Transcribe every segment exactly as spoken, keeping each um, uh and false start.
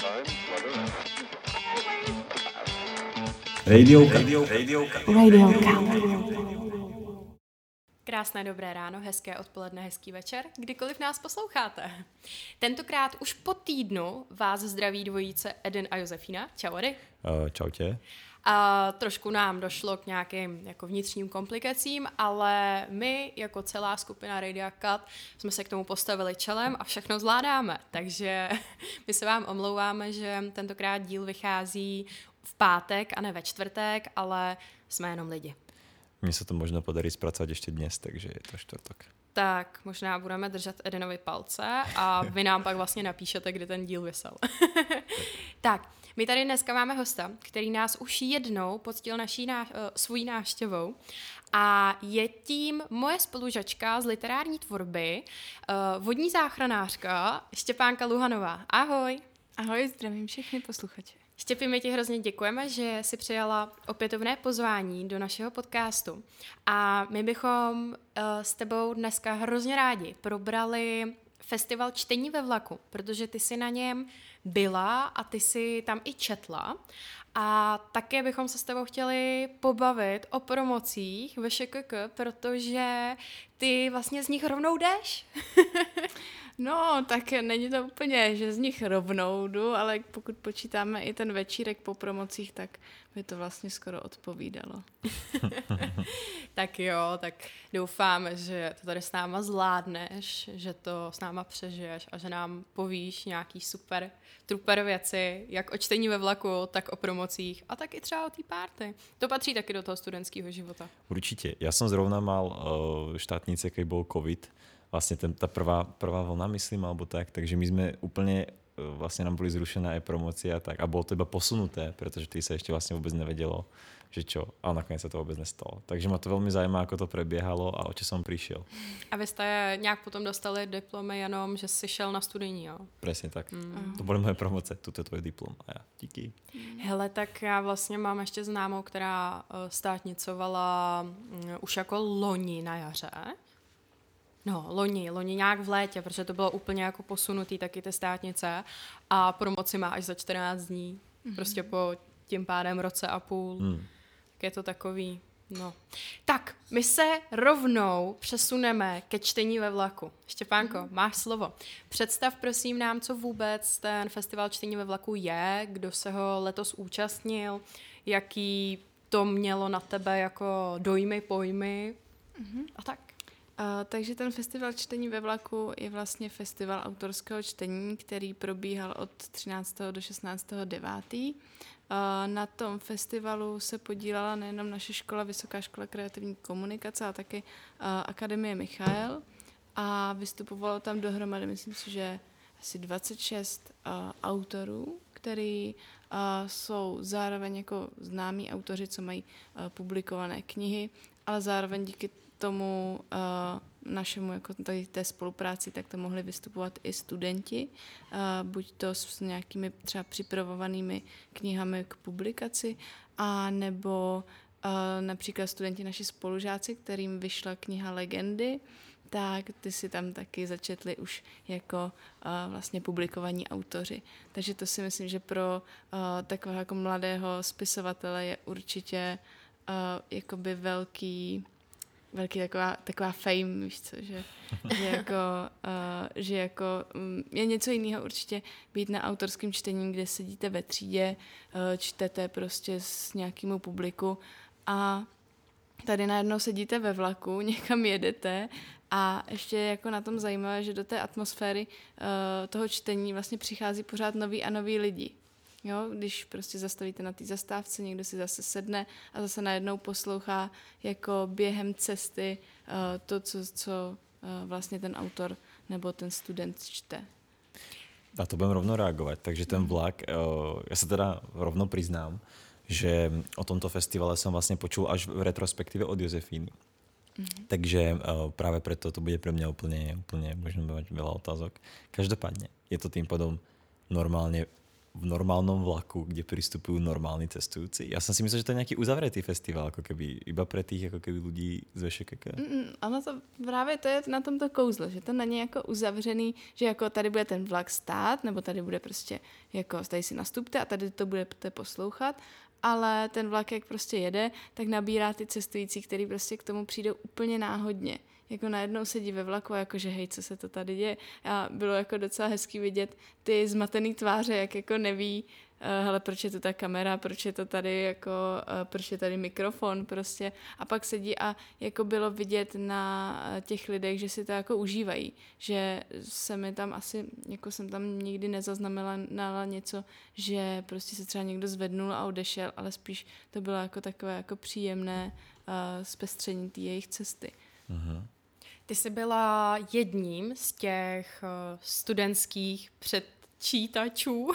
Radio, radio, radio, radio. Krásné dobré ráno, hezké odpoledne, hezký večer, kdykoliv nás posloucháte. Tentokrát už po týdnu vás zdraví dvojice Eden a Josefína. Čau, Edy. Uh, čau tě. A trošku nám došlo k nějakým jako vnitřním komplikacím, ale my jako celá skupina Radio Cut jsme se k tomu postavili čelem a všechno zvládáme. Takže my se vám omlouváme, že tentokrát díl vychází v pátek a ne ve čtvrtek, ale jsme jenom lidi. Mně se to možno podarí zpracovat ještě dnes, takže je to čtvrtok. Tak možná budeme držet Edenovi palce a vy nám pak vlastně napíšete, kdy ten díl vysel. Tak, my tady dneska máme hosta, který nás už jednou poctil naší ná, svojí návštěvou a je tím moje spolužačka z literární tvorby, vodní záchranářka Štěpánka Luhanová. Ahoj. Ahoj, zdravím všechny posluchače. Štěpi, my ti hrozně děkujeme, že jsi přijala opětovné pozvání do našeho podcastu a my bychom uh, s tebou dneska hrozně rádi probrali festival čtení ve vlaku, protože ty jsi na něm byla a ty jsi tam i četla a také bychom se s tebou chtěli pobavit o promocích ve ŠKK, protože ty vlastně z nich rovnou jdeš. No, tak není to úplně, že z nich rovnou jdu, ale pokud počítáme i ten večírek po promocích, tak by to vlastně skoro odpovídalo. Tak jo, tak doufáme, že to tady s náma zvládneš, že to s náma přežiješ a že nám povíš nějaký super truper věci, jak o čtení ve vlaku, tak o promocích a tak i třeba o té party. To patří taky do toho studentského života. Určite. Ja som zrovna mal uh, štátnice, keď bol COVID, vlastne ten, tá prvá, prvá vlna, myslím, alebo tak, takže my sme úplne, vlastne nám boli zrušené aj promócie a tak a bolo to iba posunuté, pretože tý sa ešte vlastne vôbec nevedelo, že čo, ale nakoniec sa to vôbec nestalo. Takže ma to veľmi zaujíma, ako to prebiehalo a o čo som prišiel. A vy jste nějak potom dostali diplomy jenom, že jsi šel na studijní, jo? Presne tak. Mm. To boli moje promoce, tuto je tvoj diplom a ja, díky. Hele, tak já vlastně mám ještě známou, která státnicovala už jako loni na jaře. No, loni, loni nějak v létě, protože to bylo úplně jako posunutý taky ty státnice a promoci má až za čtrnáct dní, mm-hmm. prostě po tím pádem roce a půl, mm. tak je to takový, no. Tak, my se rovnou přesuneme ke čtení ve vlaku. Štěpánko, mm. máš slovo. Představ prosím nám, co vůbec ten festival čtení ve vlaku je, kdo se ho letos účastnil, jaký to mělo na tebe jako dojmy, pojmy mm-hmm. a tak. Uh, takže ten festival čtení ve vlaku je vlastně festival autorského čtení, který probíhal od třináctého do šestnáctého devátého Uh, na tom festivalu se podílela nejenom naše škola, Vysoká škola kreativní komunikace, a taky uh, Akademie Michael. A vystupovalo tam dohromady, myslím si, že asi dvacet šest uh, autorů, který uh, jsou zároveň jako známí autoři, co mají uh, publikované knihy, ale zároveň díky tomu uh, našemu jako tady té spolupráci, tak to mohli vystupovat i studenti, uh, buď to s nějakými třeba připravovanými knihami k publikaci, a nebo uh, například studenti naši spolužáci, kterým vyšla kniha Legendy, tak ty si tam taky začetli už jako uh, vlastně publikovaní autoři. Takže to si myslím, že pro uh, takového jako mladého spisovatele je určitě uh, jakoby velký velký taková, taková fame, víš co, že, že jako, uh, že jako um, je něco jiného určitě být na autorském čtení, kde sedíte ve třídě, uh, čtete prostě s nějakému publiku a tady najednou sedíte ve vlaku, někam jedete a ještě jako na tom zajímavé, že do té atmosféry uh, toho čtení vlastně přichází pořád noví a noví lidi. Jo, když prostě zastavíte na té zastávce, někdo si zase sedne a zase najednou poslouchá jako během cesty uh, to, co, co uh, vlastně ten autor nebo ten student čte. A to budem rovno reagovať. Takže ten vlak, uh, ja sa teda rovno priznám, že o tomto festivale som vlastne počul až v retrospektíve od Josefíny. Mm-hmm. Takže uh, práve preto to bude pre mňa úplne, úplne možno mať veľa otázok. Každopádne je to tým pádom normálne v normálnom vlaku, kde pristupujú normálni cestujúci? Ja som si myslel, že to je nejaký uzavretý festival, ako keby iba pre tých ako keby ľudí z vé š ká ká. Mm, ono to právě to je na tomto kouzlo, že to není jako uzavřený, že jako tady bude ten vlak stát, nebo tady bude prostě jako tady si nastupte a tady to budete poslouchat, ale ten vlak, jak prostě jede, tak nabírá ty cestující, který prostě k tomu přijdou úplně náhodně. Jako najednou sedí ve vlaku a jakože hej, co se to tady děje. A bylo jako docela hezký vidět ty zmatený tváře, jak jako neví, uh, hele, proč je to ta kamera, proč je to tady jako, uh, proč je tady mikrofon prostě. A pak sedí a jako bylo vidět na těch lidech, že si to jako užívají. Že se mi tam asi, jako jsem tam nikdy nezaznamenala něco, že prostě se třeba někdo zvednul a odešel, ale spíš to bylo jako takové jako příjemné uh, zpestření té jejich cesty. Uh-huh. Ty jsi byla jedním z těch studentských předčítačů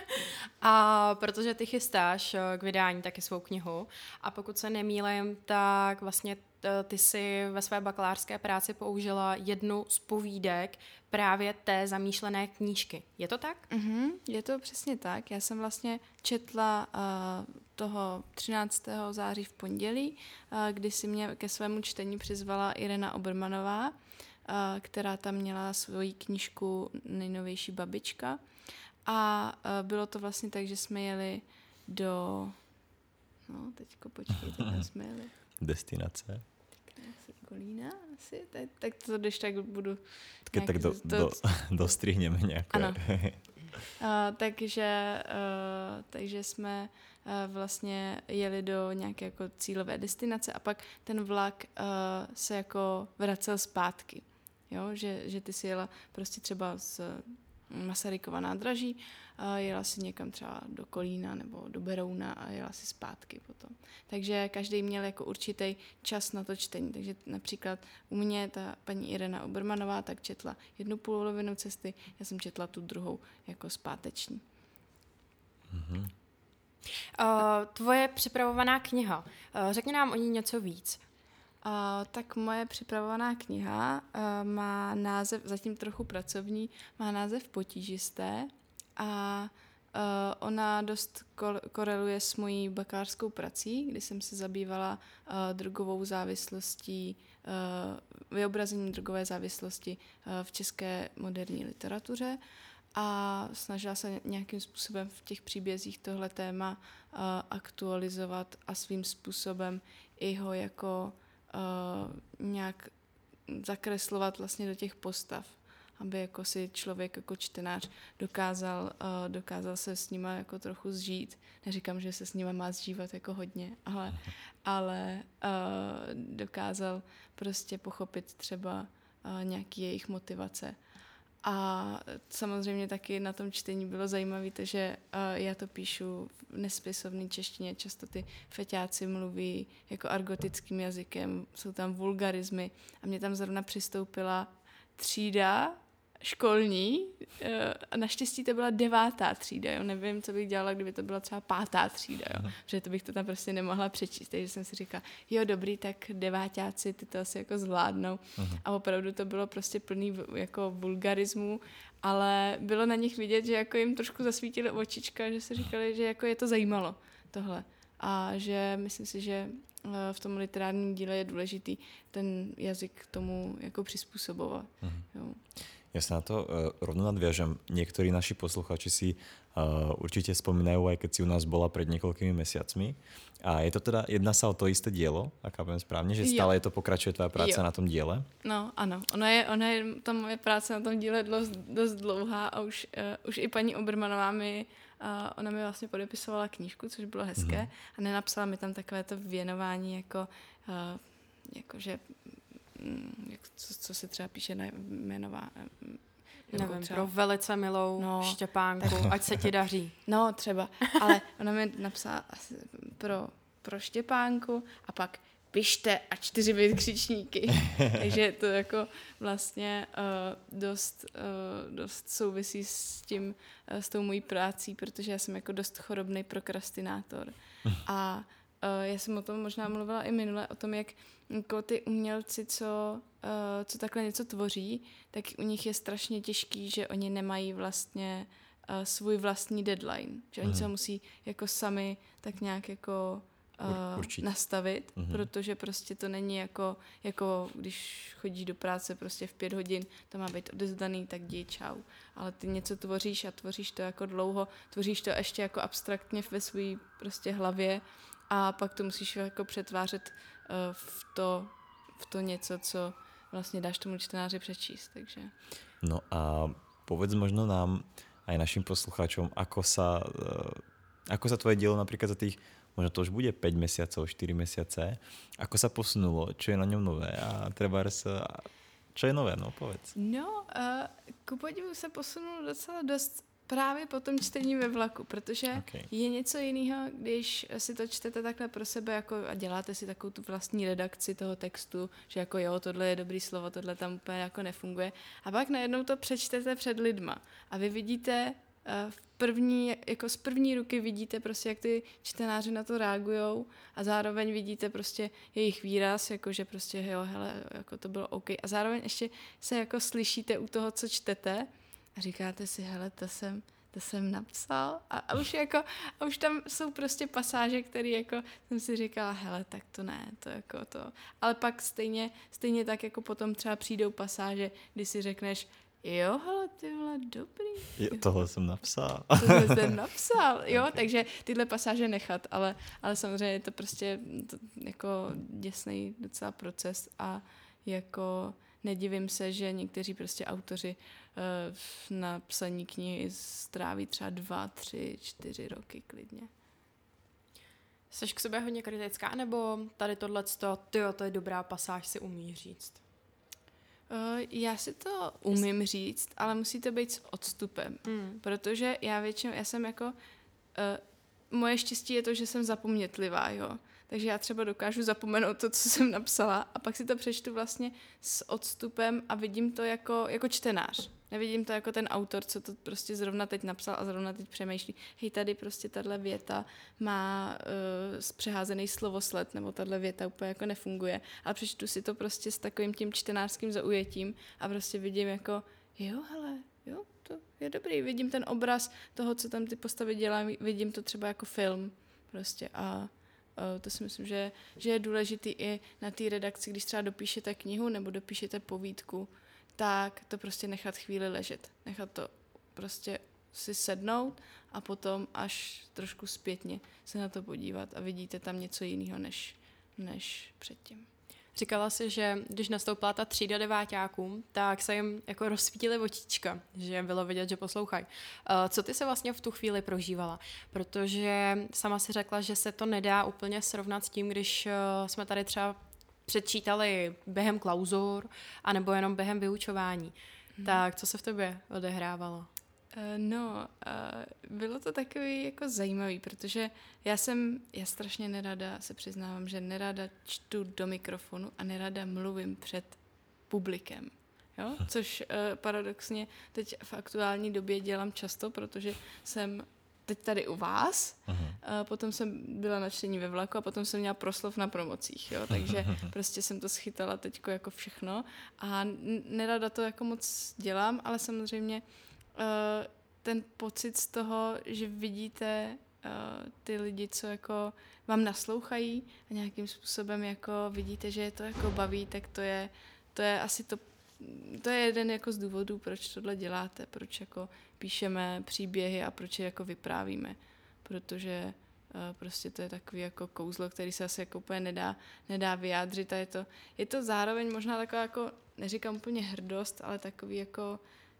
a protože ty chystáš k vydání taky svou knihu a pokud se nemýlím, tak vlastně ty jsi ve své bakalářské práci použila jednu z povídek právě té zamýšlené knížky. Je to tak? Mm-hmm, je to přesně tak. Já jsem vlastně četla uh, toho třináctého září v pondělí, uh, kdy si mě ke svému čtení přizvala Irena Obermanová, uh, která tam měla svoji knížku Nejnovější babička. A uh, bylo to vlastně tak, že jsme jeli do... No, teďko počkejte, tam jsme jeli. Destinace. Kolína asi, tak, tak to když tak budu... Tak, tak do, to, do, dostrihneme nějaké. Ano. uh, takže, uh, takže jsme uh, vlastně jeli do nějaké jako cílové destinace a pak ten vlak uh, se jako vracel zpátky. Jo? Že, že ty si jela prostě třeba z Masarykova nádraží, uh, jela si někam třeba do Kolína nebo do Berouna a jela si zpátky potom. Takže každý měl jako určitý čas na to čtení. Takže například u mě ta paní Irena Obermanová tak četla jednu polovinu cesty, já jsem četla tu druhou jako zpáteční. Mm-hmm. Uh, tvoje připravovaná kniha, uh, řekni nám o ní něco víc. Uh, tak moje připravovaná kniha uh, má název, zatím trochu pracovní, má název Potížisté a uh, ona dost ko- koreluje s mojí bakalářskou prací, kdy jsem se zabývala uh, drogovou závislostí, uh, vyobrazením drogové závislosti uh, v české moderní literatuře a snažila se nějakým způsobem v těch příbězích tohle téma uh, aktualizovat a svým způsobem i ho jako Uh, nějak zakreslovat vlastně do těch postav, aby jako si člověk jako čtenář dokázal, uh, dokázal se s nima jako trochu zžít. Neříkám, že se s nima má zžívat jako hodně, ale, ale uh, dokázal prostě pochopit třeba uh, nějaký jejich motivace. A samozřejmě taky na tom čtení bylo zajímavé to, že uh, já to píšu v nespisovné češtině, často ty feťáci mluví jako argotickým jazykem, jsou tam vulgarizmy a mě tam zrovna přistoupila třída školní a naštěstí to byla devátá třída, jo? Nevím, co bych dělala, kdyby to byla třeba pátá třída, jo? Protože to bych to tam prostě nemohla přečíst, takže jsem si říkala, jo dobrý, tak deváťáci ty to asi jako zvládnou. Aha. A opravdu to bylo prostě plný jako vulgarismů, ale bylo na nich vidět, že jako jim trošku zasvítily očička, že si říkali, že jako je to zajímalo tohle a že myslím si, že v tom literárním díle je důležitý ten jazyk tomu jako přizpůsobovat. Aha. Jo. Ja sa na to uh, rovno nadviažem. Niektorí naši posluchači si uh, určite spomínajú, aj keď si u nás bola pred niekoľkými mesiacmi. A je to teda, jedná sa o to isté dielo, ak chápem správne, že stále jo. je to pokračuje tvoja práca jo. na tom diele? No ano, ono je, ono je, ta moje práce na tom díle dost, dost dlouhá a už, uh, už i paní Obermanová mi, uh, ona mi vlastně podepisovala knížku, což bylo hezké mm. a nenapsala mi tam takové to věnování jako, uh, jakože Jak, co, co se třeba píše na jmenová. Nevím, třeba... pro velice milou no, Štěpánku, tak... ať se ti daří. No, třeba. Ale ona mi napsala asi pro, pro Štěpánku a pak pište a čtyři vykřičníky. Takže to jako vlastně uh, dost, uh, dost souvisí s tím, uh, s tou mojí prácí, protože já jsem jako dost chorobný prokrastinátor. A uh, já jsem o tom možná mluvila i minule, o tom, jak jako ty umělci, co, uh, co takhle něco tvoří, tak u nich je strašně těžký, že oni nemají vlastně uh, svůj vlastní deadline, že oni se ho musí jako sami tak nějak jako uh, nastavit, mm-hmm. protože prostě to není jako, jako když chodíš do práce prostě v pět hodin, to má být odezdaný, tak jdi, čau. Ale ty něco tvoříš a tvoříš to jako dlouho, tvoříš to ještě jako abstraktně ve své prostě hlavě a pak to musíš jako přetvářet uh, v to, v to něco, co vlastně dáš tomu čtenáři přečíst, takže. No a povedz možno nám aj našim poslucháčom, ako sa, ako sa tvoje dielo napríklad za tých, možno to už bude päť mesiacov, štyri mesiace, ako sa posunulo, čo je na ňom nové a trebárs, čo je nové, no povedz. No, uh, ku podivu se posunulo docela dost právě po tom čtení ve vlaku, protože okay. je něco jiného, když si to čtete takhle pro sebe jako a děláte si takovou tu vlastní redakci toho textu, že jako jo, tohle je dobrý slovo, tohle tam úplně jako nefunguje. A pak najednou to přečtete před lidma a vy vidíte uh, v první, jako z první ruky vidíte prostě, jak ty čtenáři na to reagujou a zároveň vidíte prostě jejich výraz, jako že prostě jo, hele, jako to bylo OK. A zároveň ještě se jako slyšíte u toho, co čtete, a říkáte si, hele, to jsem, to jsem napsal. A, a už jako, a už tam jsou prostě pasáže, které jako jsem si říkala, hele, tak to ne, to jako to. Ale pak stejně, stejně tak jako potom třeba přijdou pasáže, kdy si řekneš, jo, hele, ty vole, dobrý. Jo, tohle jsem napsal. Tohle jsem napsal, jo, okay. Takže tyhle pasáže nechat, ale, ale samozřejmě je to prostě to, jako děsný docela proces a jako nedivím se, že někteří prostě autoři uh, na psaní knihy stráví třeba dva, tři, čtyři roky klidně. Jsi k sobě hodně kritická, nebo tady tohleto, tyjo, to je dobrá pasáž, si umí říct? Uh, já si to umím říct, ale musí to být s odstupem, mm. protože já většinou, já jsem jako, uh, moje štěstí je to, že jsem zapomnětlivá, jo. Takže já třeba dokážu zapomenout to, co jsem napsala a pak si to přečtu vlastně s odstupem a vidím to jako, jako čtenář. Nevidím to jako ten autor, co to prostě zrovna teď napsal a zrovna teď přemýšlí. Hej, tady prostě tahle věta má uh, přeházený slovosled, nebo tahle věta úplně jako nefunguje. A přečtu si to prostě s takovým tím čtenářským zaujetím a prostě vidím jako, jo, hele, jo, to je dobrý. Vidím ten obraz toho, co tam ty postavy dělají, vidím to třeba jako film prostě a to si myslím, že, že je důležitý i na té redakci, když třeba dopíšete knihu nebo dopíšete povídku, tak to prostě nechat chvíli ležet. Nechat to prostě si sednout a potom až trošku zpětně se na to podívat a vidíte tam něco jiného než, než předtím. Říkala jsi, že když nastoupila ta třída deváťáků, tak se jim jako rozsvítily očička, že bylo vidět, že poslouchají. Co ty se vlastně v tu chvíli prožívala? Protože sama si řekla, že se to nedá úplně srovnat s tím, když jsme tady třeba předčítali během klauzur anebo jenom během vyučování. Hmm. Tak co se v tobě odehrávalo? No, bylo to takový jako zajímavý, protože já jsem, já strašně nerada, se přiznávám, že nerada čtu do mikrofonu a nerada mluvím před publikem, jo? Což paradoxně teď v aktuální době dělám často, protože jsem teď tady u vás, uh-huh. potom jsem byla na čtení ve vlaku a potom jsem měla proslov na promocích, jo? Takže prostě jsem to schytala teďko jako všechno a nerada to jako moc dělám, ale samozřejmě Uh, ten pocit z toho, že vidíte uh, ty lidi, co jako vám naslouchají a nějakým způsobem jako vidíte, že je to jako baví, tak to je, to je asi to, to je jeden jako z důvodů, proč tohle děláte, proč jako píšeme příběhy a proč je jako vyprávíme, protože uh, prostě to je takový jako kouzlo, který se asi jako úplně nedá, nedá vyjádřit a je to, je to zároveň možná taková jako, neříkám úplně hrdost, ale takový jako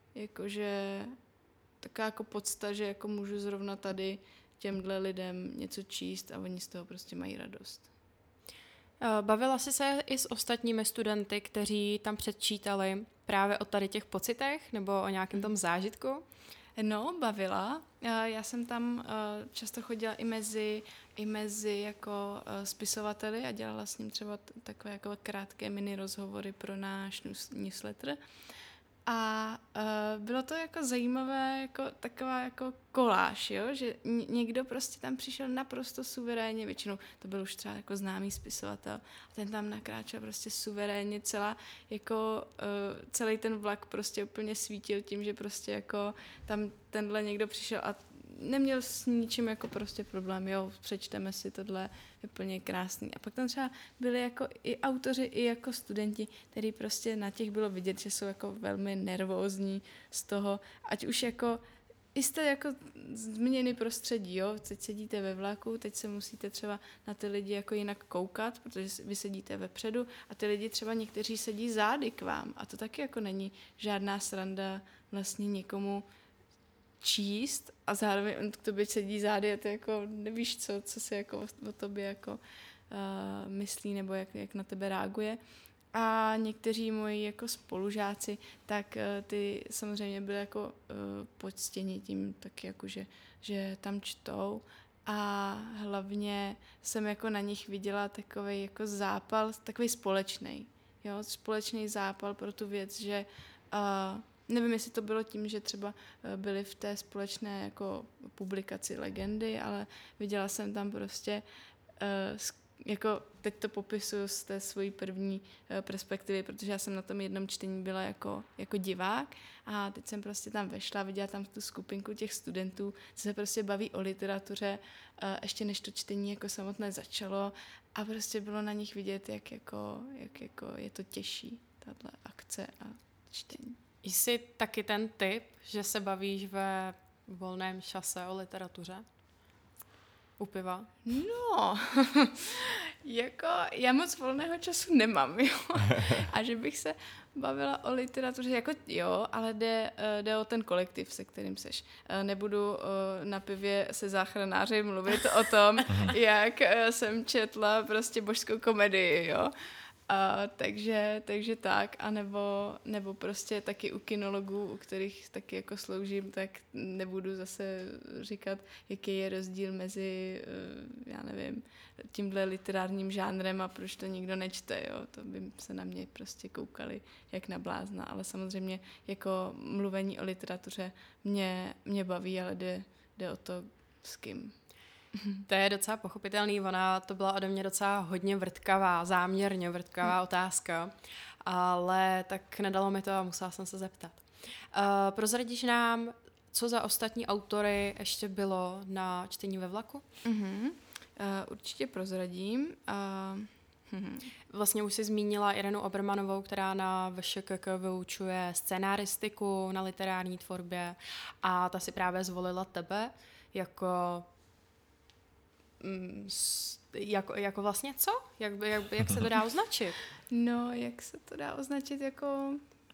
jakože taková jako podsta, že jako můžu zrovna tady těmhle lidem něco číst a oni z toho prostě mají radost. Bavila jsi se i s ostatními studenty, kteří tam předčítali právě o tady těch pocitech nebo o nějakém tom zážitku? No, bavila. Já jsem tam často chodila i mezi, i mezi jako spisovateli a dělala s ním třeba takové jako krátké mini rozhovory pro náš newsletter. A uh, bylo to jako zajímavé, jako taková jako koláž, jo? Že ně, někdo prostě tam přišel naprosto suverénně, většinou to byl už třeba jako známý spisovatel, a ten tam nakráčel prostě suverénně, celá, jako uh, celý ten vlak prostě úplně svítil tím, že prostě jako tam tenhle někdo přišel a neměl s ničím jako prostě problém, jo, přečteme si tohle, je plně krásný. A pak tam třeba byli jako i autoři, i jako studenti, který prostě na těch bylo vidět, že jsou jako velmi nervózní z toho, ať už jako jste jako změny prostředí, jo, teď sedíte ve vlaku, teď se musíte třeba na ty lidi jako jinak koukat, protože vy sedíte vepředu a ty lidi třeba někteří sedí zády k vám a to taky jako není žádná sranda vlastně někomu číst a zároveň on k tobě sedí zády a ty jako nevíš, co, co si jako o tobě jako uh, myslí nebo jak, jak na tebe reaguje. A někteří moji jako spolužáci, tak uh, ty samozřejmě byli jako uh, poctěni tím taky jako, že, že tam čtou a hlavně jsem jako na nich viděla takovej jako zápal, takovej společnej, jo, společný zápal pro tu věc, že uh, nevím, jestli to bylo tím, že třeba byli v té společné jako publikaci legendy, ale viděla jsem tam prostě, jako teď to popisuju z té svojí první perspektivy, protože já jsem na tom jednom čtení byla jako, jako divák a teď jsem prostě tam vešla, viděla tam tu skupinku těch studentů, co se prostě baví o literatuře, ještě než to čtení jako samotné začalo a prostě bylo na nich vidět, jak, jako, jak jako je to těžší, tato akce a čtení. Jsi taky ten typ, že se bavíš ve volném čase o literatuře? U piva? No, jako já moc volného času nemám, jo. A že bych se bavila o literatuře, jako jo, ale jde, jde o ten kolektiv, se kterým seš. Nebudu na pivě se záchranáři mluvit o tom, jak jsem četla prostě božskou komedii, jo. A, takže, takže tak, a nebo, nebo prostě taky u kinologů, u kterých taky jako sloužím, tak nebudu zase říkat, jaký je rozdíl mezi, já nevím, tímhle literárním žánrem a proč to nikdo nečte, jo, to by se na mě prostě koukali jak na blázna, ale samozřejmě jako mluvení o literatuře mě, mě baví, ale jde, jde o to s kým. To je docela pochopitelný, ona to byla ode mě docela hodně vrtkavá, záměrně vrtkavá otázka, ale tak nedalo mi to a musela jsem se zeptat. Uh, prozradíš nám, co za ostatní autory ještě bylo na čtení ve vlaku? Uh-huh. Uh, určitě prozradím. Uh, uh-huh. Vlastně už jsi zmínila Irenu Obermanovou, která na V Š K K vyučuje scénaristiku na literární tvorbě a ta si právě zvolila tebe jako... Jako, jako vlastně co? Jak, jak, jak se to dá označit? No, jak se to dá označit jako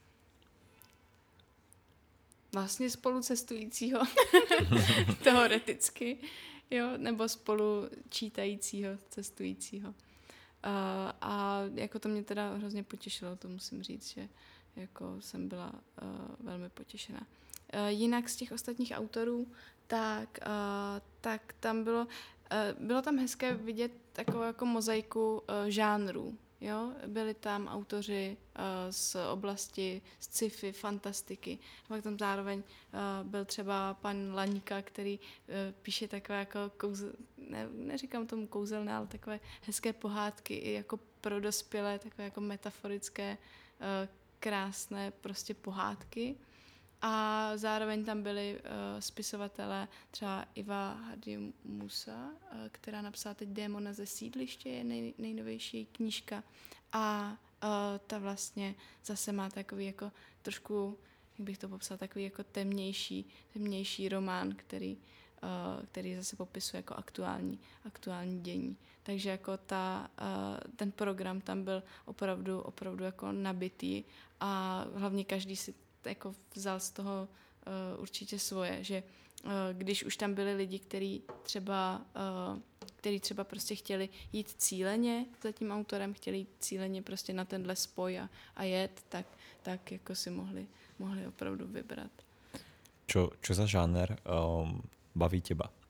vlastně spolucestujícího teoreticky, jo, nebo spolu čítajícího cestujícího. A, a jako to mě teda hrozně potěšilo, to musím říct, že jako jsem byla uh, velmi potěšená. Uh, jinak z těch ostatních autorů, tak, uh, tak tam bylo Bylo tam hezké vidět takovou jako mozaiku uh, žánrů. Jo? Byli tam autoři uh, z oblasti z sci-fi, fantastiky. A pak tam zároveň uh, byl třeba pan Laňka, který uh, píše takové jako kouzel, ne, neříkám tomu kouzelné, ale takové hezké pohádky i jako pro dospělé, takové jako metaforické, uh, krásné prostě pohádky. A zároveň tam byli uh, spisovatelé, třeba Iva Hadimusa, uh, která napsala teď Démona ze sídliště, je nej, nejnovější knížka. A uh, ta vlastně zase má takový jako trošku, jak bych to popsala, takový jako temnější, temnější román, který, uh, který zase popisuje jako aktuální, aktuální dění. Takže jako ta, uh, ten program tam byl opravdu, opravdu jako nabitý a hlavně každý si jako vzal z toho uh, určitě svoje, že uh, když už tam byli lidi, kteří třeba, uh, který třeba prostě chtěli jít cíleně za tím autorem, chtěli jít cíleně prostě na tenhle spoj a, a jet, tak, tak jako si mohli, mohli opravdu vybrat. Čo, čo za žáner um, baví teba?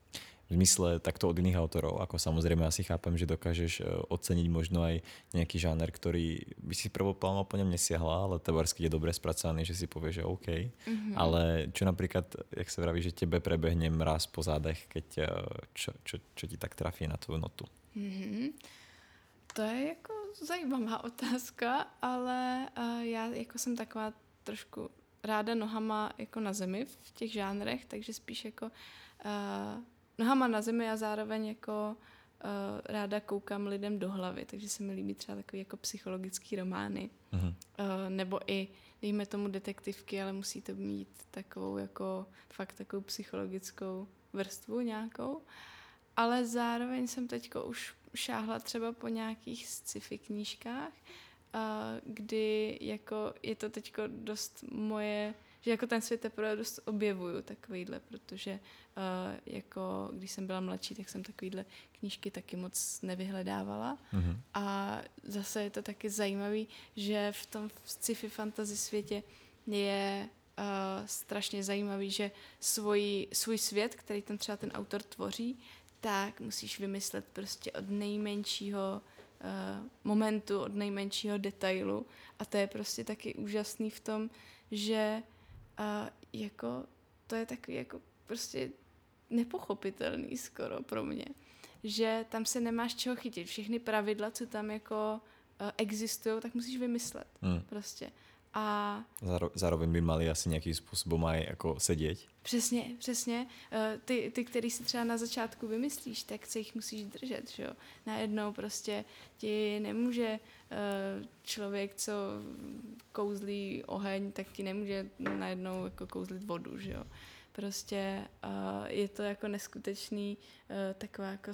v zmysle takto od iných autorov, ako samozrejme asi chápem, že dokážeš oceniť možno aj nejaký žáner, ktorý by si prvoplánom po ňom nesiahla, ale teorsky je dobre spracovaný, že si povieš, že OK. Mm-hmm. Ale čo napríklad, jak sa vraví, že tebe prebehne mráz po zádech, keď čo, čo, čo ti tak trafí na tvoju notu? Mm-hmm. To je jako zajímavá otázka, ale uh, já jako jsem taková trošku ráda nohama jako na zemi v těch žánrech, takže spíš jako uh, nohama na zemi a zároveň jako uh, ráda koukám lidem do hlavy, takže se mi líbí třeba takový jako psychologický romány. Mm-hmm. Uh, nebo i, dejme tomu detektivky, ale musí to mít takovou jako fakt takovou psychologickou vrstvu nějakou. Ale zároveň jsem teďko už šáhla třeba po nějakých sci-fi knížkách, uh, kdy jako je to teďko dost moje, že jako ten svět teprve dost objevuju takovýhle, protože uh, jako když jsem byla mladší, tak jsem takovýhle knížky taky moc nevyhledávala. Mm-hmm. A zase je to taky zajímavý, že v tom sci-fi fantasy světě je uh, strašně zajímavý, že svůj, svůj svět, který ten třeba ten autor tvoří, tak musíš vymyslet prostě od nejmenšího uh, momentu, od nejmenšího detailu. A to je prostě taky úžasný v tom, že uh, jako to je takový jako prostě nepochopitelný skoro pro mě, že tam se nemáš čeho chytit. Všechny pravidla, co tam jako uh, existují, tak musíš vymyslet hmm. prostě. A Záro, zároveň by mali asi nějakým způsobem aj jako sedět. Přesně, přesně. Ty, ty, který si třeba na začátku vymyslíš, tak se jich musíš držet, že jo. Najednou prostě ti nemůže člověk, co kouzlí oheň, tak ti nemůže najednou jako kouzlit vodu, že jo. Prostě je to jako neskutečný taková jako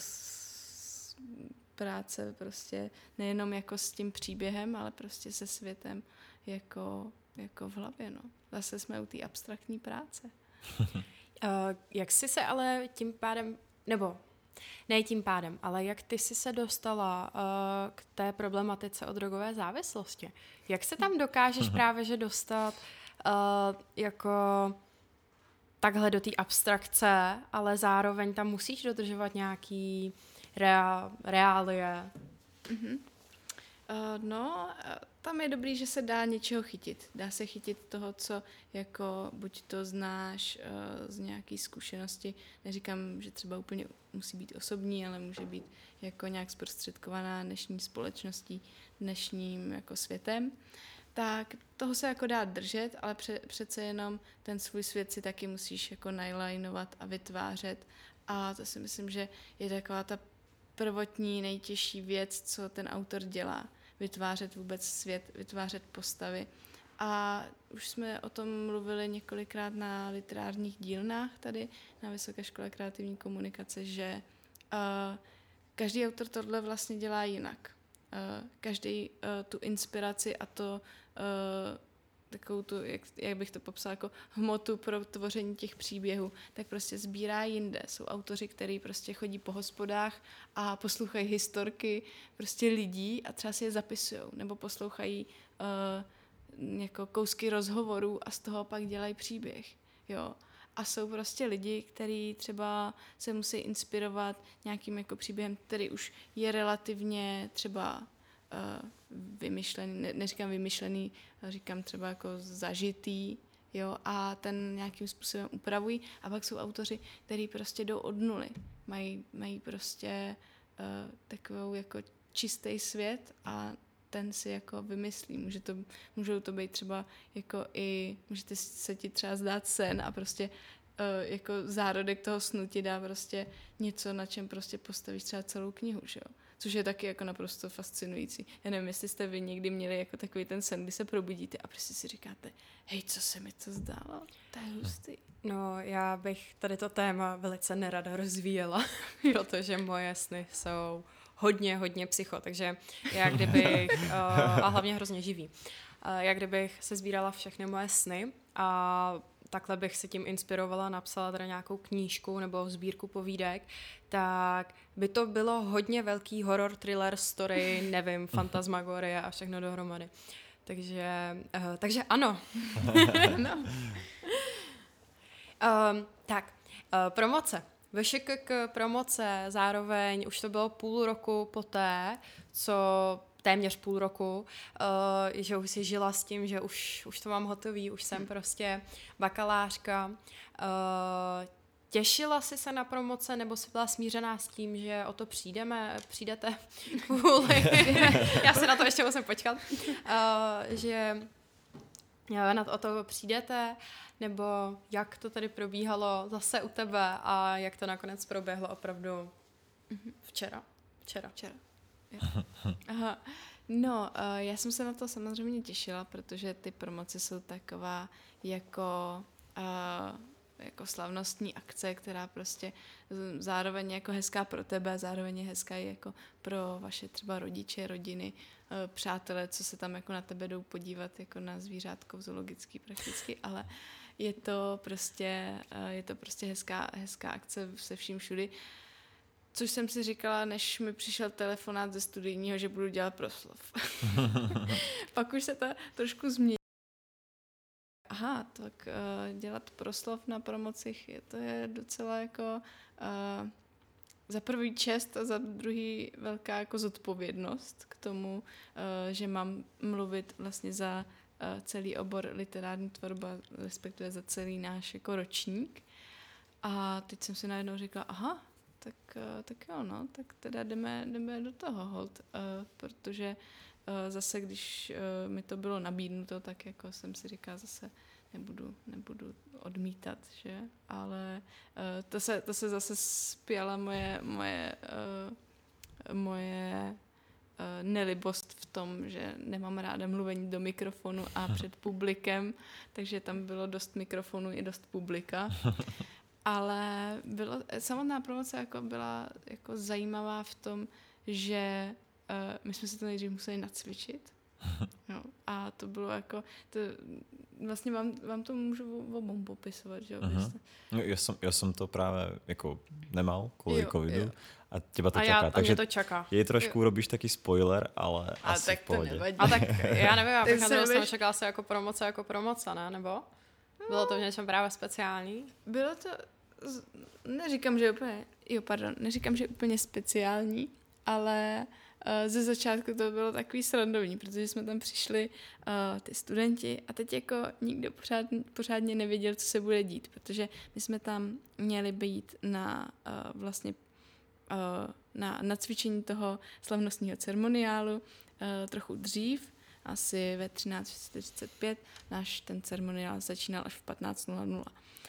práce prostě nejenom jako s tím příběhem, ale prostě se světem jako, jako v hlavě, no. Zase jsme u té abstraktní práce. uh, jak jsi se ale tím pádem, nebo ne tím pádem, ale jak ty jsi se dostala uh, k té problematice o drogové závislosti? Jak se tam dokážeš právě že dostat uh, jako takhle do té abstrakce, ale zároveň tam musíš dodržovat nějaký rea, reálie? Mm-hmm. Uh, no, tam je dobrý, že se dá něčeho chytit. Dá se chytit toho, co jako buď to znáš uh, z nějaký zkušenosti. Neříkám, že třeba úplně musí být osobní, ale může být jako nějak zprostředkovaná dnešní společností, dnešním jako světem. Tak toho se jako dá držet, ale pře- přece jenom ten svůj svět si taky musíš jako najlajnovat a vytvářet. A to si myslím, že je taková ta prvotní, nejtěžší věc, co ten autor dělá. Vytvářet vůbec svět, vytvářet postavy. A už jsme o tom mluvili několikrát na literárních dílnách tady na Vysoké škole kreativní komunikace, že uh, každý autor tohle vlastně dělá jinak. Uh, každý uh, tu inspiraci a to uh, takovou tu, jak, jak bych to popsala, jako hmotu pro tvoření těch příběhů, tak prostě sbírá jinde. Jsou autoři, kteří prostě chodí po hospodách a poslouchají historky prostě lidí a třeba si je zapisujou, nebo poslouchají uh, jako kousky rozhovorů a z toho pak dělají příběh. Jo. A jsou prostě lidi, kteří třeba se musí inspirovat nějakým jako příběhem, který už je relativně třeba uh, vymyšlený, ne, neříkám vymyšlený, říkám třeba jako zažitý, jo, a ten nějakým způsobem upravují. A pak jsou autoři, kteří prostě jdou od nuly. Mají, mají prostě uh, takovou jako čistý svět a ten si jako vymyslí. Může to, můžou to být třeba jako i, můžete se ti třeba zdát sen a prostě uh, jako zárodek toho snu ti dá prostě něco, na čem prostě postavíš třeba celou knihu, že jo. Což je taky jako naprosto fascinující. Já nevím, jestli jste vy někdy měli jako takový ten sen, kdy se probudíte a prostě si říkáte, hej, co se mi to zdálo? To je hustý. No, já bych tady to téma velice nerada rozvíjela, protože moje sny jsou hodně, hodně psycho, takže já kdybych, uh, a hlavně hrozně živý, uh, já kdybych se sbírala všechny moje sny a takhle bych se tím inspirovala, napsala teda nějakou knížku nebo sbírku povídek, tak by to bylo hodně velký horror, thriller, story, nevím, fantasmagorie a všechno dohromady. Takže, uh, takže ano. No. um, tak, uh, promoce. Ve š k k promoce zároveň už to bylo půl roku poté, co téměř půl roku, uh, že už si žila s tím, že už, už to mám hotový, už jsem prostě bakalářka. Uh, těšila jsi se na promoce, nebo jsi byla smířená s tím, že o to přijdeme, přijdete kvůli, já se na to ještě musím počkat, uh, že na to, o to přijdete, nebo jak to tady probíhalo zase u tebe a jak to nakonec proběhlo opravdu včera. Včera. Včera. Aha. No, uh, já jsem se na to samozřejmě těšila, protože ty promoce jsou taková jako, uh, jako slavnostní akce, která prostě zároveň je jako hezká pro tebe, zároveň je hezká i jako pro vaše třeba rodiče, rodiny, uh, přátelé, co se tam jako na tebe jdou podívat jako na zvířátko zoologický prakticky, ale je to prostě, uh, je to prostě hezká, hezká akce se vším všudy. Což jsem si říkala, než mi přišel telefonát ze studijního, že budu dělat proslov. Pak už se to trošku změnilo. Aha, tak uh, dělat proslov na promocích, je, to je docela jako uh, za prvý čest a za druhý velká jako zodpovědnost k tomu, uh, že mám mluvit vlastně za uh, celý obor literární tvorba, respektive za celý náš jako ročník. A teď jsem si najednou říkala, aha, Tak, tak jo, no, tak teda jdeme, jdeme do toho hold, uh, protože uh, zase, když uh, mi to bylo nabídnuto, tak jako jsem si říkala, zase nebudu, nebudu odmítat, že, ale uh, to, se, to se zase spjala moje, moje, uh, moje uh, nelibost v tom, že nemám ráda mluvení do mikrofonu a před publikem, takže tam bylo dost mikrofonů i dost publika. Ale bylo, samotná promoce jako byla jako zajímavá v tom, že uh, my jsme si to nejdřív museli nacvičit. No, a to bylo jako, to, vlastně vám, vám to můžu obou popisovat, že jo? Uh-huh. No, já, jsem, já jsem to právě jako nemal kvůli jo, covidu jo. a těba to a čaká. Já, takže a to čaká. jej trošku jo. Robíš taký spoiler, ale a asi tak v pohodě. to nevadí. A tak já nevím, já bych na to nebeš... čekala se jako promoce, jako promoce, ne? Nebo? Bylo to v něčem právě speciální? Bylo to, neříkám, že úplně, jo, pardon, neříkám, že úplně speciální, ale uh, ze začátku to bylo takový srandovní, protože jsme tam přišli uh, ty studenti a teď jako nikdo pořád, pořádně nevěděl, co se bude dít, protože my jsme tam měli být na uh, vlastně uh, na, na cvičení toho slavnostního ceremoniálu uh, trochu dřív, asi ve třináct čtyřicet pět, náš ten ceremoniál začínal až v patnáct nula nula.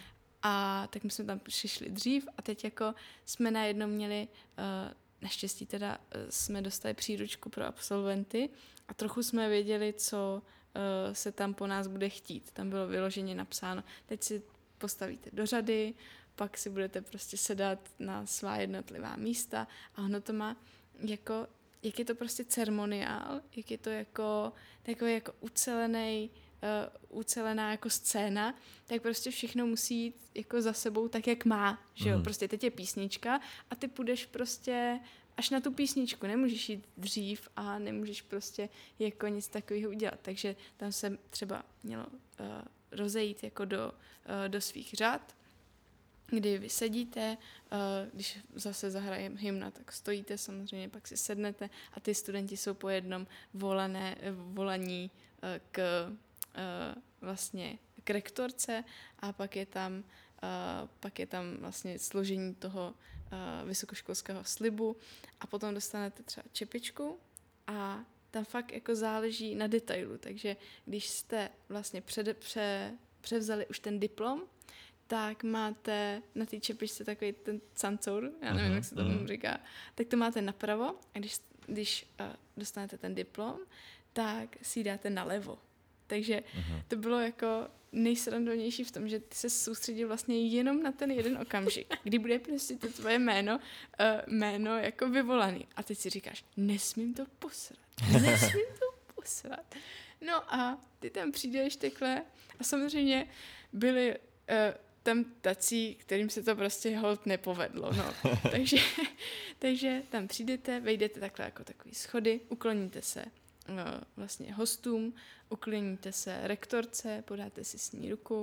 A tak my jsme tam přišli dřív a teď jako jsme najednou měli, uh, naštěstí teda uh, jsme dostali příručku pro absolventy a trochu jsme věděli, co uh, se tam po nás bude chtít. Tam bylo vyloženě napsáno, teď si postavíte do řady, pak si budete prostě sedat na svá jednotlivá místa a ono to má jako, jak je to prostě ceremoniál, jak je to jako takový jako ucelený, Uh, ucelená jako scéna, tak prostě všechno musí jít jako za sebou tak, jak má, že jo, mm. prostě teď je písnička a ty půjdeš prostě až na tu písničku, nemůžeš jít dřív a nemůžeš prostě jako nic takového udělat, takže tam se třeba mělo uh, rozejít jako do, uh, do svých řad, kdy vy sedíte, uh, když zase zahrajeme hymna, tak stojíte samozřejmě, pak si sednete a ty studenti jsou po jednom volané, volaní uh, k Uh, vlastně k rektorce a pak je tam, uh, pak je tam vlastně složení toho uh, vysokoškolského slibu a potom dostanete třeba čepičku a tam fakt jako záleží na detailu, takže když jste vlastně před, pře, převzali už ten diplom, tak máte na té čepičce takový ten cancour, já nevím, uh-huh, jak se tomu uh-huh. říká, tak to máte napravo a když, když uh, dostanete ten diplom, tak si dáte nalevo. Takže uh-huh. to bylo jako nejsrandovnější v tom, že ty se soustředil vlastně jenom na ten jeden okamžik, kdy bude prostě to tvoje jméno, uh, jméno jako vyvolaný. A teď si říkáš, nesmím to posrat, nesmím to posrat. No a ty tam přijdeš takhle a samozřejmě byli uh, tam tací, kterým se to prostě holt nepovedlo. No. takže, takže tam přijdete, vejdete takhle jako takový schody, ukloníte se vlastně hostům, ukloníte se rektorce, podáte si s ní ruku,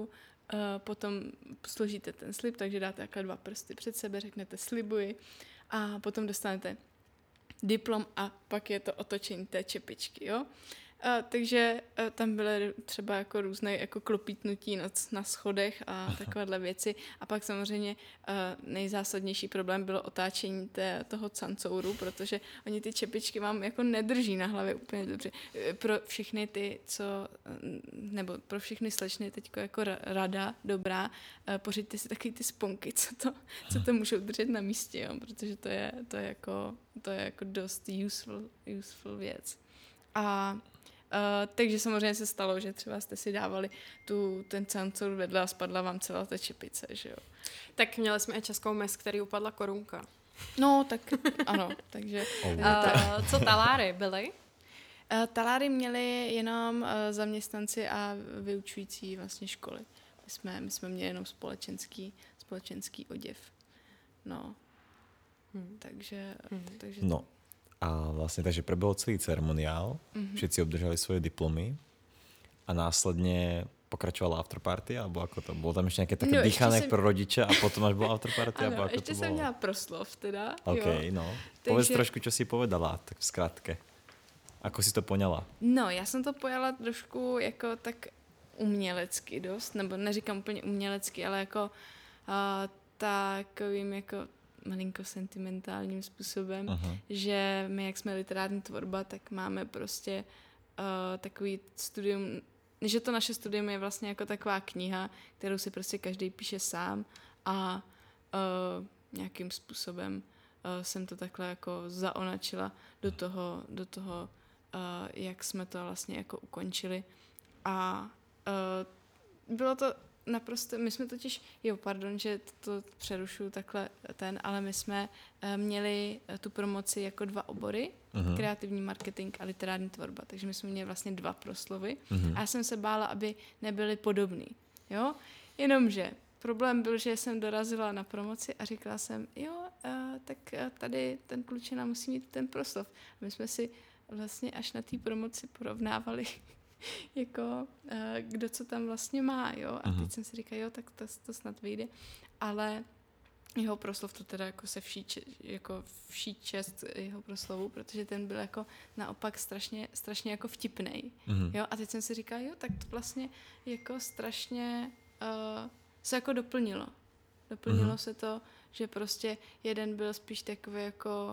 potom složíte ten slib, takže dáte takhle dva prsty před sebe, řeknete slibuji a potom dostanete diplom a pak je to otočení té čepičky, jo. A, takže a, tam byly třeba jako různé jako klopítnutí na, na schodech a takovéhle věci. A pak samozřejmě a, nejzásadnější problém bylo otáčení té, toho cancouru, protože oni ty čepičky vám jako nedrží na hlavě úplně dobře. Pro všechny ty, co, nebo pro všechny slečny teďko jako rada dobrá, a, pořiďte si taky ty sponky, co to, co to můžou držet na místě, jo, protože to je, to je jako, to je jako dost useful, useful věc. A Uh, takže samozřejmě se stalo, že třeba jste si dávali tu, ten cancour vedle a spadla vám celá ta čepice, že jo. Tak měli jsme i českou mis, který upadla korunka. No, tak ano, takže... Oh. Uh, co taláry byly? Uh, taláry měli jenom uh, zaměstnanci a vyučující vlastně školy. My jsme, my jsme měli jenom společenský, společenský oděv. No, hmm. takže... Hmm. takže No. A vlastne takže prebehol celý ceremoniál, mm-hmm. všetci obdržali svoje diplomy a následne pokračovala afterparty, alebo ako to? Bolo tam ešte nejaké také no, dýchané jsem... pro rodiče a potom až bol afterparty? Ano, alebo ako ešte to som bolo? měla proslov teda. OK, jo. no. Takže... Povedz trošku, čo si povedala, tak v skratke. Ako si to poňala? No, já jsem to pojala trošku jako tak umělecky dost, nebo neříkám úplně umělecky, ale jako uh, takovým jako malinko sentimentálním způsobem, uh-huh. že my, jak jsme literární tvorba, tak máme prostě uh, takový studium, že to naše studium je vlastně jako taková kniha, kterou si prostě každý píše sám a uh, nějakým způsobem uh, jsem to takhle jako zaonačila do toho, do toho uh, jak jsme to vlastně jako ukončili a uh, bylo to naprosto, my jsme totiž, jo, pardon, že to, to přerušuju takhle ten, ale my jsme uh, měli uh, tu promoci jako dva obory, uh-huh. kreativní marketing a literární tvorba, takže my jsme měli vlastně dva proslovy uh-huh. a já jsem se bála, aby nebyly podobný, jo, jenomže problém byl, že jsem dorazila na promoci a říkala jsem, jo, uh, tak uh, tady ten klučina musí mít ten proslov. My jsme si vlastně až na té promoci porovnávali jako uh, kdo co tam vlastně má, jo. A uh-huh. teď jsem si říkala, jo, tak to, to snad vyjde. Ale jeho proslov to teda jako se vší, jako vší čest jeho proslovu, protože ten byl jako naopak strašně, strašně jako vtipnej. Uh-huh. Jo. A teď jsem si říkala, jo, tak to vlastně jako strašně uh, se jako doplnilo. Doplnilo uh-huh. se to, že prostě jeden byl spíš takový jako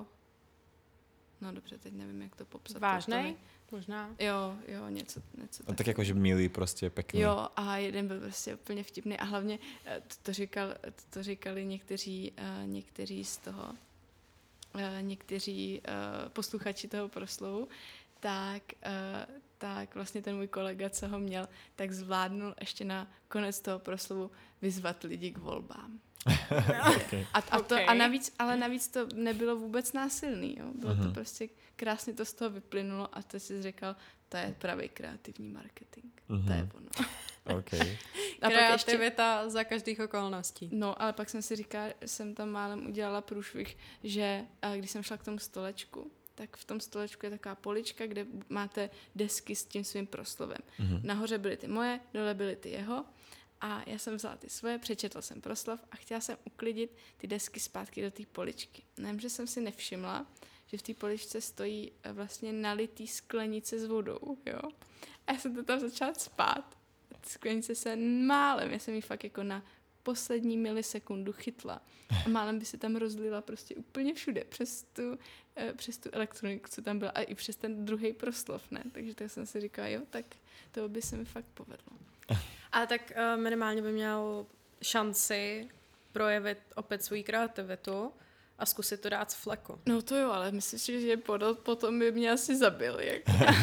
no dobře, teď nevím, jak to popsat. Vážnej? Možná. Jo, jo, něco, něco no, tak jakože milý, prostě pěkný. Jo, a jeden byl prostě úplně vtipný a hlavně to, to, říkal, to, to říkali někteří, uh, někteří z toho, uh, někteří uh, posluchači toho proslovu, tak, uh, tak vlastně ten můj kolega, co ho měl, tak zvládnul ještě na konec toho proslovu vyzvat lidi k volbám. okay. A, a, to, a navíc, ale navíc to nebylo vůbec násilný, jo. Bylo uh-huh. to prostě krásně to z toho vyplynulo a to si říkal, to je pravý kreativní marketing. Uh-huh. To je ono. Okay. A kreativita ještě, za každých okolností. No, ale pak jsem si říkala, jsem tam málem udělala průšvih, že když jsem šla k tomu stolečku, tak v tom stolečku je taková polička, kde máte desky s tím svým proslovem. Uh-huh. Nahoře byly ty moje, dole byly ty jeho. A já jsem vzala ty svoje, přečetla jsem proslov a chtěla jsem uklidit ty desky zpátky do té poličky. Nevím, že jsem si nevšimla, že v té poličce stojí vlastně nalitý sklenice s vodou, jo. A já jsem to tam začala spát. Ty sklenice se málem, já jsem ji fakt jako na poslední milisekundu chytla. A málem by se tam rozlila prostě úplně všude, přes tu, přes tu elektroniku, co tam byla, a i přes ten druhý proslov, ne. Takže tak jsem si říkala, jo, tak to by se mi fakt povedlo. Ale tak uh, minimálně by měl šanci projevit opět svou kreativitu a zkusit to dát z fleku. No to jo, ale myslím si, že potom by mě asi zabil. Jak?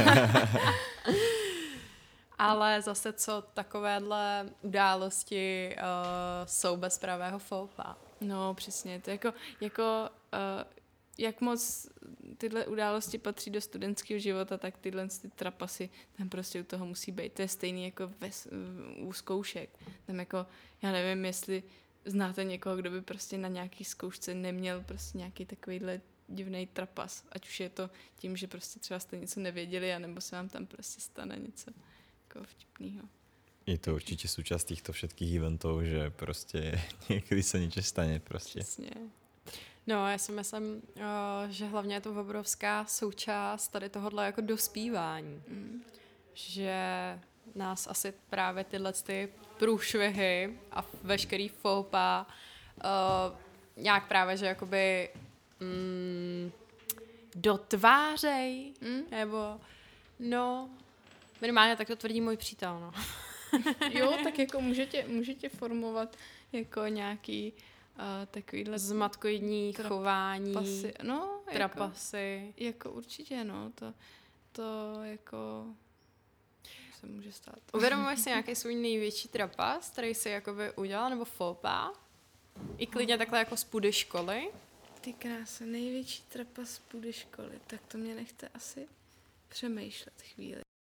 Ale zase co takovéhle události uh, jsou bez pravého foupa. No přesně, to jako, jako uh, jak moc tyhle události patří do studentského života, tak tyhle ty trapasy tam prostě u toho musí být. To je stejný jako ve, u zkoušek. Tam jako, já nevím, jestli znáte někoho, kdo by prostě na nějaký zkoušce neměl prostě nějaký takovýhle divný trapas. Ať už je to tím, že prostě třeba jste něco nevěděli, anebo se vám tam prostě stane něco jako vtipného. Je to určitě součást těchto všetkých eventů, že prostě někdy se niečo stane prostě. Přesně. No, já si myslím, že hlavně je to obrovská součást tady tohohle jako dospívání. Mm. Že nás asi právě tyhle ty průšvihy a veškerý fópa uh, nějak právě, že jakoby mm, dotvářej, mm. nebo no, minimálně tak to tvrdí můj přítel, no. Jo, tak jako můžete, můžete formovat jako nějaký uh, takovýhle zmatkoidní trap, chování, pasy. No, trapasy. Jako, jako určitě, no, to, to jako se může stát. Uvědomuješ si nějaký svůj největší trapas, který jsi jakoby udělal, nebo fópa? I klidně takhle jako z půdy školy? Ty krása, největší trapas z půdy školy, tak to mě nechte asi přemýšlet chvíli.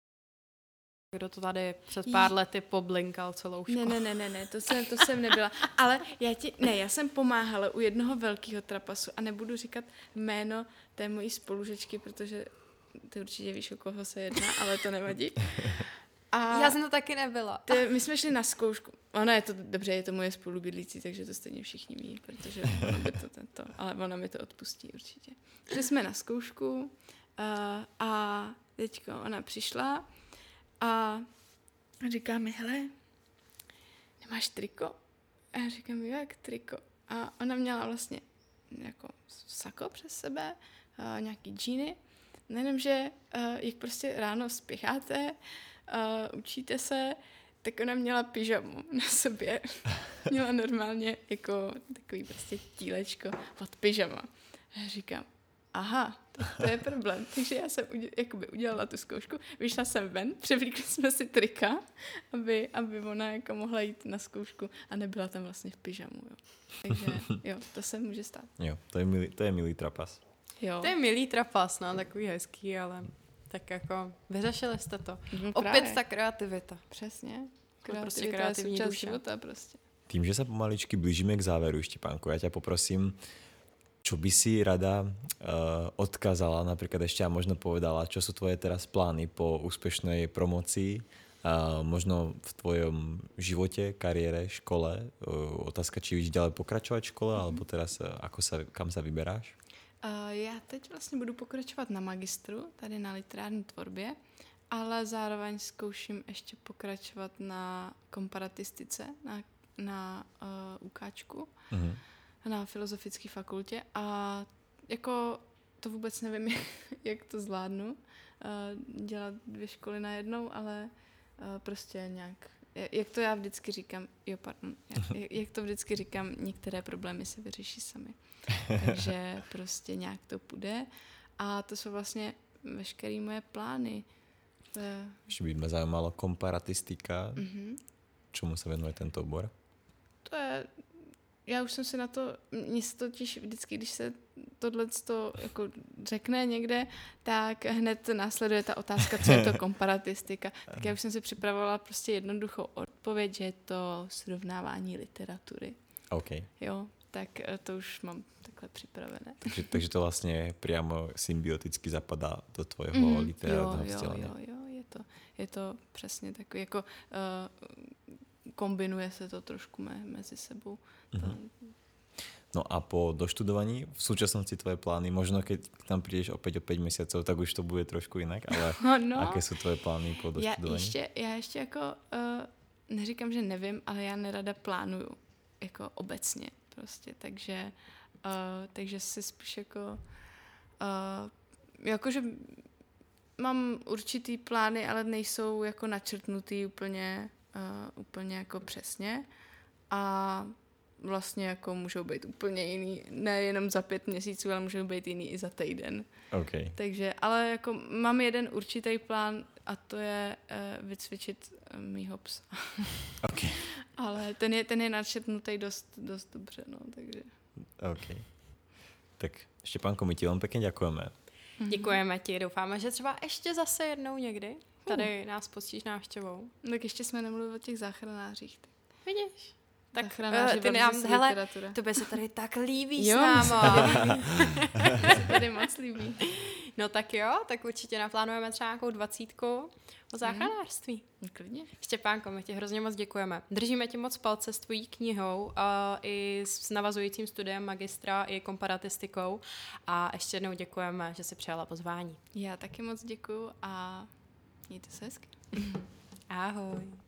Kdo to tady před pár lety poblinkal celou školu. Ne, ne, ne, ne, ne, to jsem, to jsem nebyla. Ale já ti, ne, já jsem pomáhala u jednoho velkého trapasu a nebudu říkat jméno té mojí spolužečky, protože ty určitě víš, o koho se jedná, ale to nevadí. A já jsem to taky nebyla. Ty, my jsme šli na zkoušku. Ono je to dobře, je to moje spolubydlící, takže to stejně všichni ví, protože ono by to tento, ale ona mi to odpustí určitě. Šli jsme na zkoušku uh, a teďko ona přišla a říká mi, hele, nemáš triko? A já říkám, jak triko? A ona měla vlastně jako sako přes sebe, uh, nějaký džíny, nejenom, že uh, jak prostě ráno spěcháte, uh, učíte se, tak ona měla pyžamu na sobě. Měla normálně jako takový prostě tílečko od pyžama. A já říkám, aha, to, to je problém. Takže já jsem uděl, jakoby udělala tu zkoušku, vyšla jsem ven, převlíkli jsme si trika, aby, aby ona jako mohla jít na zkoušku a nebyla tam vlastně v pyžamu. Jo. Takže jo, to se může stát. Jo, to je milý, to je milý trapas. Jo. To je milý trapas, no, takový hezký, ale tak jako vyřešili jste to. No, opět právě. ta kreativita. Přesně. Kreativita Prostě kreativní je součást duše. života prostě. Tým, že sa pomaličky blížime k záveru, Štepánko, ja ťa poprosím, čo by si rada uh, odkázala, napríklad ešte a možno povedala, čo sú tvoje teraz plány po úspešnej promocii, uh, možno v tvojom živote, kariére, škole. Uh, otázka, či vidíš ďalej pokračovať v škole, mm-hmm. alebo teraz uh, ako sa, kam sa vyberáš? Uh, já teď vlastně budu pokračovat na magistru, tady na literární tvorbě, ale zároveň zkouším ještě pokračovat na komparatistice, na, na uh, UKčku, mm-hmm. na filozofické fakultě a jako to vůbec nevím, jak to zvládnu, uh, dělat dvě školy najednou, ale uh, prostě nějak, jak to já vždycky říkám, jo, pardon, jak, jak to vždycky říkám, některé problémy se vyřeší sami. Takže prostě nějak to půjde a to jsou vlastně veškeré moje plány. Je... Ešte by ma zaujímalo komparatistika. Mm-hmm. Čomu sa venuje tento obor? To je... Já už jsem si na to... Mně se totiž vždycky, když se tohleto jako řekne někde, tak hned následuje ta otázka, co je to komparatistika. Tak já už jsem si připravovala prostě jednoduchou odpověď, že je to srovnávání literatury. OK. Jo, tak to už mám takhle připravené. Takže, takže to vlastně priamo symbioticky zapadá do tvojho mm, literárního vzdělání. Jo, jo, jo, je to, je to přesně takový, jako uh, kombinuje se to trošku me, mezi sebou. Mm-hmm. No a po doštudovaní, v súčasnosti tvoje plány, možno keď tam prídeš opäť o päť mesiacov, tak už to bude trošku jinak, ale no, aké jsou tvoje plány po doštudovaní? Já ještě, já ještě jako, uh, neříkám, že nevím, ale já nerada plánuju, jako obecně prostě, takže Uh, takže si spíš jako uh, jakože mám určitý plány, ale nejsou jako načrtnutý úplně, uh, úplně jako přesně a vlastně jako můžou být úplně jiný, nejenom za pět měsíců, ale můžou být jiný i za týden. Okay. Takže, ale jako mám jeden určitý plán a to je uh, vycvičit uh, mýho psa. Okay. Ale ten je, ten je načrtnutý dost, dost dobře, no, takže... OK. Tak Štepánko, my ti vám pěkně děkujeme. Děkujeme ti, doufáme, že třeba ještě zase jednou někdy tady uh. nás poctíš návštěvou. Tak ještě jsme nemluvili o těch záchranářích. Tak. Vidíš? Tak záchranáři, uh, ty nám, hele, tobě se tady tak líbí jo, s náma. se tady moc líbí. No tak jo, tak určitě naplánujeme třeba nějakou dvacítku o záchranářství. Mm. Klidně. Štěpánko, my ti hrozně moc děkujeme. Držíme ti moc palce s tvojí knihou a i s navazujícím studiem magistra i komparatistikou a ještě jednou děkujeme, že jsi přijala pozvání. Já taky moc děkuju a mějte se hezky. Ahoj.